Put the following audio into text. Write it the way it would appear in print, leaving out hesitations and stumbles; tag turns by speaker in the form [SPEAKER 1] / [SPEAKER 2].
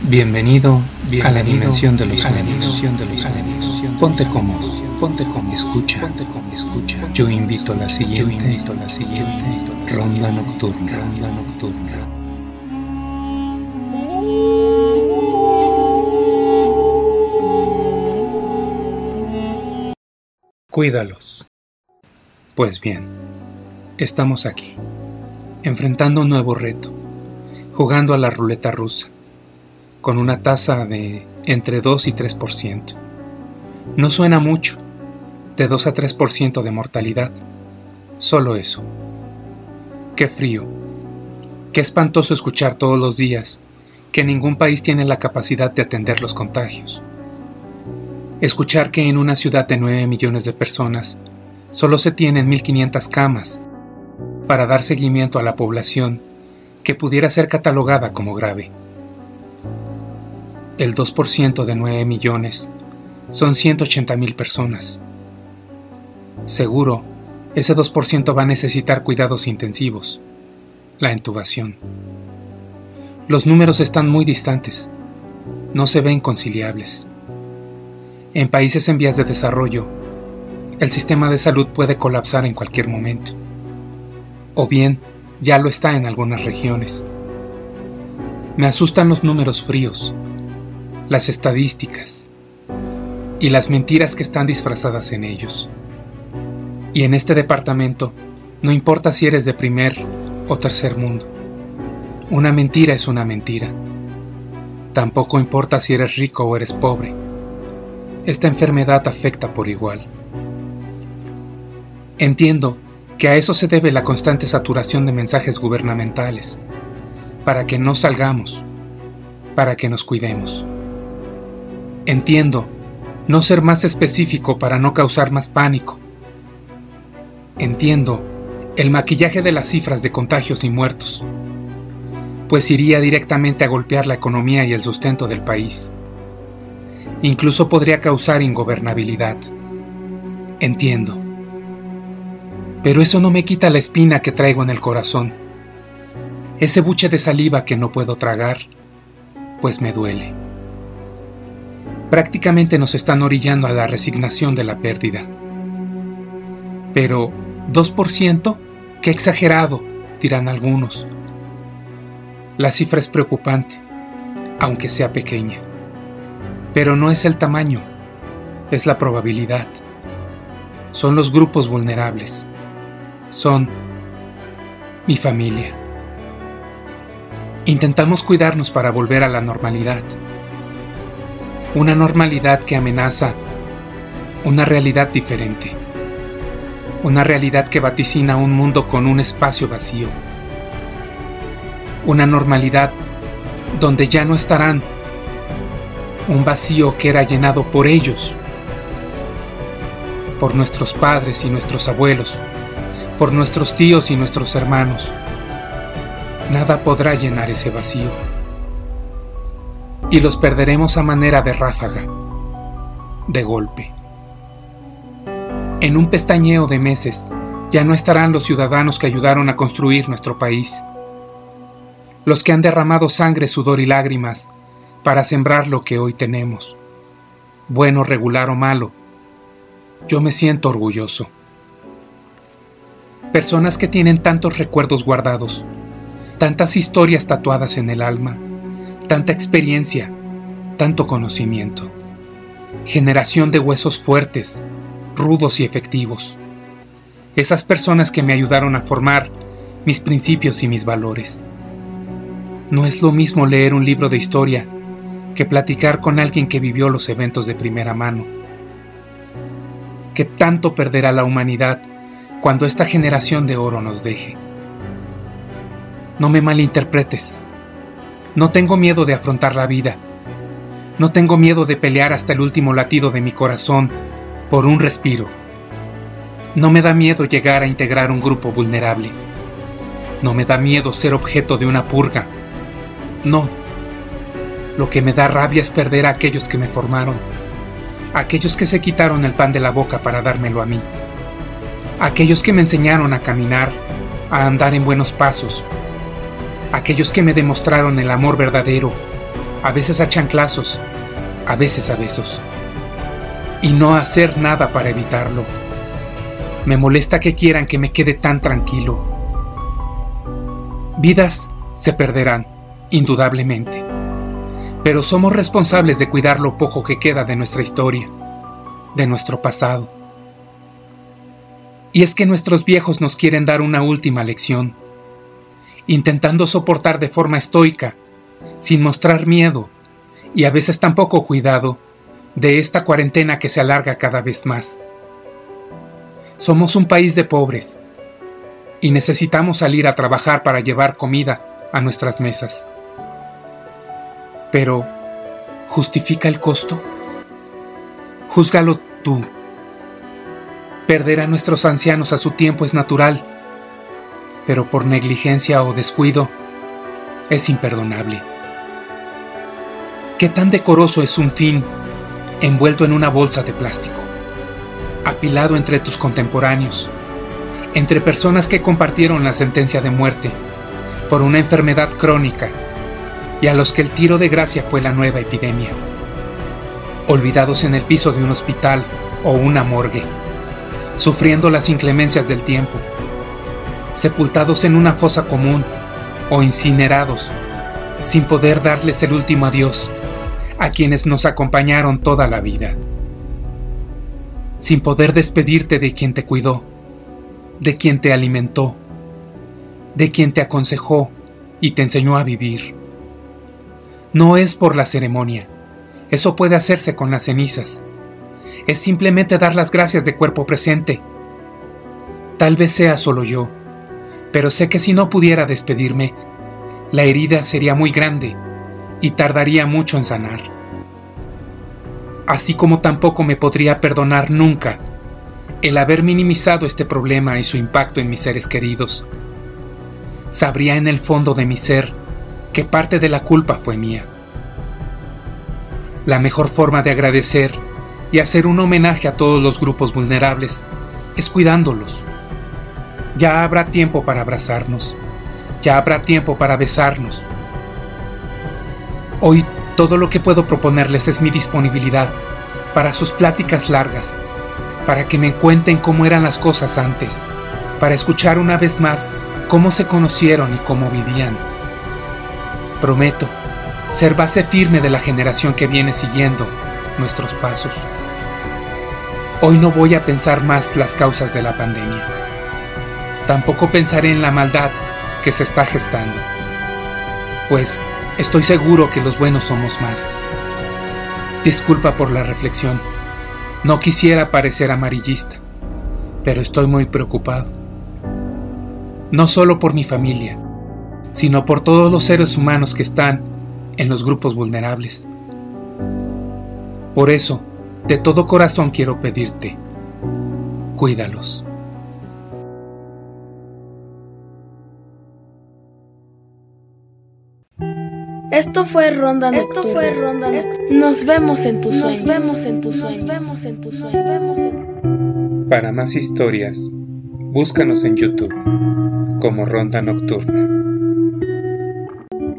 [SPEAKER 1] Bienvenido a la dimensión de los sueños. Ponte cómodo, escucha. Yo invito a la siguiente ronda nocturna. Cuídalos. Pues bien, estamos aquí, enfrentando un nuevo reto, jugando a la ruleta rusa, con una tasa de entre 2 y 3%. No suena mucho, de 2 a 3% de mortalidad, solo eso. Qué frío, qué espantoso escuchar todos los días que ningún país tiene la capacidad de atender los contagios. Escuchar que en una ciudad de 9 millones de personas solo se tienen 1.500 camas para dar seguimiento a la población que pudiera ser catalogada como grave. El 2% de 9 millones son 180,000 personas. Seguro, ese 2% va a necesitar cuidados intensivos, la intubación. Los números están muy distantes, no se ven conciliables. En países en vías de desarrollo, el sistema de salud puede colapsar en cualquier momento. O bien, ya lo está en algunas regiones. Me asustan los números fríos, las estadísticas y las mentiras que están disfrazadas en ellos. Y en este departamento, no importa si eres de primer o tercer mundo. Una mentira es una mentira. Tampoco importa si eres rico o eres pobre. Esta enfermedad afecta por igual. Entiendo que a eso se debe la constante saturación de mensajes gubernamentales, para que no salgamos, para que nos cuidemos. Entiendo no ser más específico para no causar más pánico. Entiendo el maquillaje de las cifras de contagios y muertos, pues iría directamente a golpear la economía y el sustento del país. Incluso podría causar ingobernabilidad. Entiendo. Pero eso no me quita la espina que traigo en el corazón. Ese buche de saliva que no puedo tragar, pues me duele. Prácticamente nos están orillando a la resignación de la pérdida. Pero, ¿2%? ¡Qué exagerado!, dirán algunos. La cifra es preocupante, aunque sea pequeña. Pero no es el tamaño, es la probabilidad. Son los grupos vulnerables. Son mi familia. Intentamos cuidarnos para volver a la normalidad. Una normalidad que amenaza una realidad diferente. Una realidad que vaticina un mundo con un espacio vacío. Una normalidad donde ya no estarán. Un vacío que era llenado por ellos. Por nuestros padres y nuestros abuelos. Por nuestros tíos y nuestros hermanos. Nada podrá llenar ese vacío. Y los perderemos a manera de ráfaga, de golpe. En un pestañeo de meses, ya no estarán los ciudadanos que ayudaron a construir nuestro país. Los que han derramado sangre, sudor y lágrimas para sembrar lo que hoy tenemos. Bueno, regular o malo, yo me siento orgulloso. Personas que tienen tantos recuerdos guardados, tantas historias tatuadas en el alma, tanta experiencia, tanto conocimiento. Generación de huesos fuertes, rudos y efectivos. Esas personas que me ayudaron a formar mis principios y mis valores. No es lo mismo leer un libro de historia que platicar con alguien que vivió los eventos de primera mano. ¿Qué tanto perderá la humanidad cuando esta generación de oro nos deje? No me malinterpretes. No tengo miedo de afrontar la vida. No tengo miedo de pelear hasta el último latido de mi corazón por un respiro. No me da miedo llegar a integrar un grupo vulnerable. No me da miedo ser objeto de una purga. No. Lo que me da rabia es perder a aquellos que me formaron. Aquellos que se quitaron el pan de la boca para dármelo a mí. Aquellos que me enseñaron a caminar, a andar en buenos pasos. Aquellos que me demostraron el amor verdadero, a veces a chanclazos, a veces a besos, y no hacer nada para evitarlo. Me molesta que quieran que me quede tan tranquilo. Vidas se perderán, indudablemente, pero somos responsables de cuidar lo poco que queda de nuestra historia, de nuestro pasado. Y es que nuestros viejos nos quieren dar una última lección, intentando soportar de forma estoica, sin mostrar miedo, y a veces tampoco cuidado, de esta cuarentena que se alarga cada vez más. Somos un país de pobres, y necesitamos salir a trabajar para llevar comida a nuestras mesas. Pero, ¿justifica el costo? Júzgalo tú. Perder a nuestros ancianos a su tiempo es natural, pero por negligencia o descuido es imperdonable. ¿Qué tan decoroso es un fin envuelto en una bolsa de plástico, apilado entre tus contemporáneos, entre personas que compartieron la sentencia de muerte por una enfermedad crónica y a los que el tiro de gracia fue la nueva epidemia, olvidados en el piso de un hospital o una morgue, sufriendo las inclemencias del tiempo, sepultados en una fosa común o incinerados, sin poder darles el último adiós a quienes nos acompañaron toda la vida, sin poder despedirte de quien te cuidó, de quien te alimentó, de quien te aconsejó y te enseñó a vivir. No es por la ceremonia, eso puede hacerse con las cenizas. Es simplemente dar las gracias de cuerpo presente. Tal vez sea solo yo, pero sé que si no pudiera despedirme, la herida sería muy grande y tardaría mucho en sanar. Así como tampoco me podría perdonar nunca el haber minimizado este problema y su impacto en mis seres queridos. Sabría en el fondo de mi ser que parte de la culpa fue mía. La mejor forma de agradecer y hacer un homenaje a todos los grupos vulnerables es cuidándolos. Ya habrá tiempo para abrazarnos, ya habrá tiempo para besarnos. Hoy todo lo que puedo proponerles es mi disponibilidad para sus pláticas largas, para que me cuenten cómo eran las cosas antes, para escuchar una vez más cómo se conocieron y cómo vivían. Prometo ser base firme de la generación que viene siguiendo nuestros pasos. Hoy no voy a pensar más las causas de la pandemia. Tampoco pensaré en la maldad que se está gestando, pues estoy seguro que los buenos somos más. Disculpa por la reflexión. No quisiera parecer amarillista, pero estoy muy preocupado. No solo por mi familia, sino por todos los seres humanos que están en los grupos vulnerables. Por eso, de todo corazón quiero pedirte, cuídalos.
[SPEAKER 2] Esto fue Ronda Nocturna. Nos vemos en tus sueños.
[SPEAKER 1] Para más historias, búscanos en YouTube como Ronda Nocturna.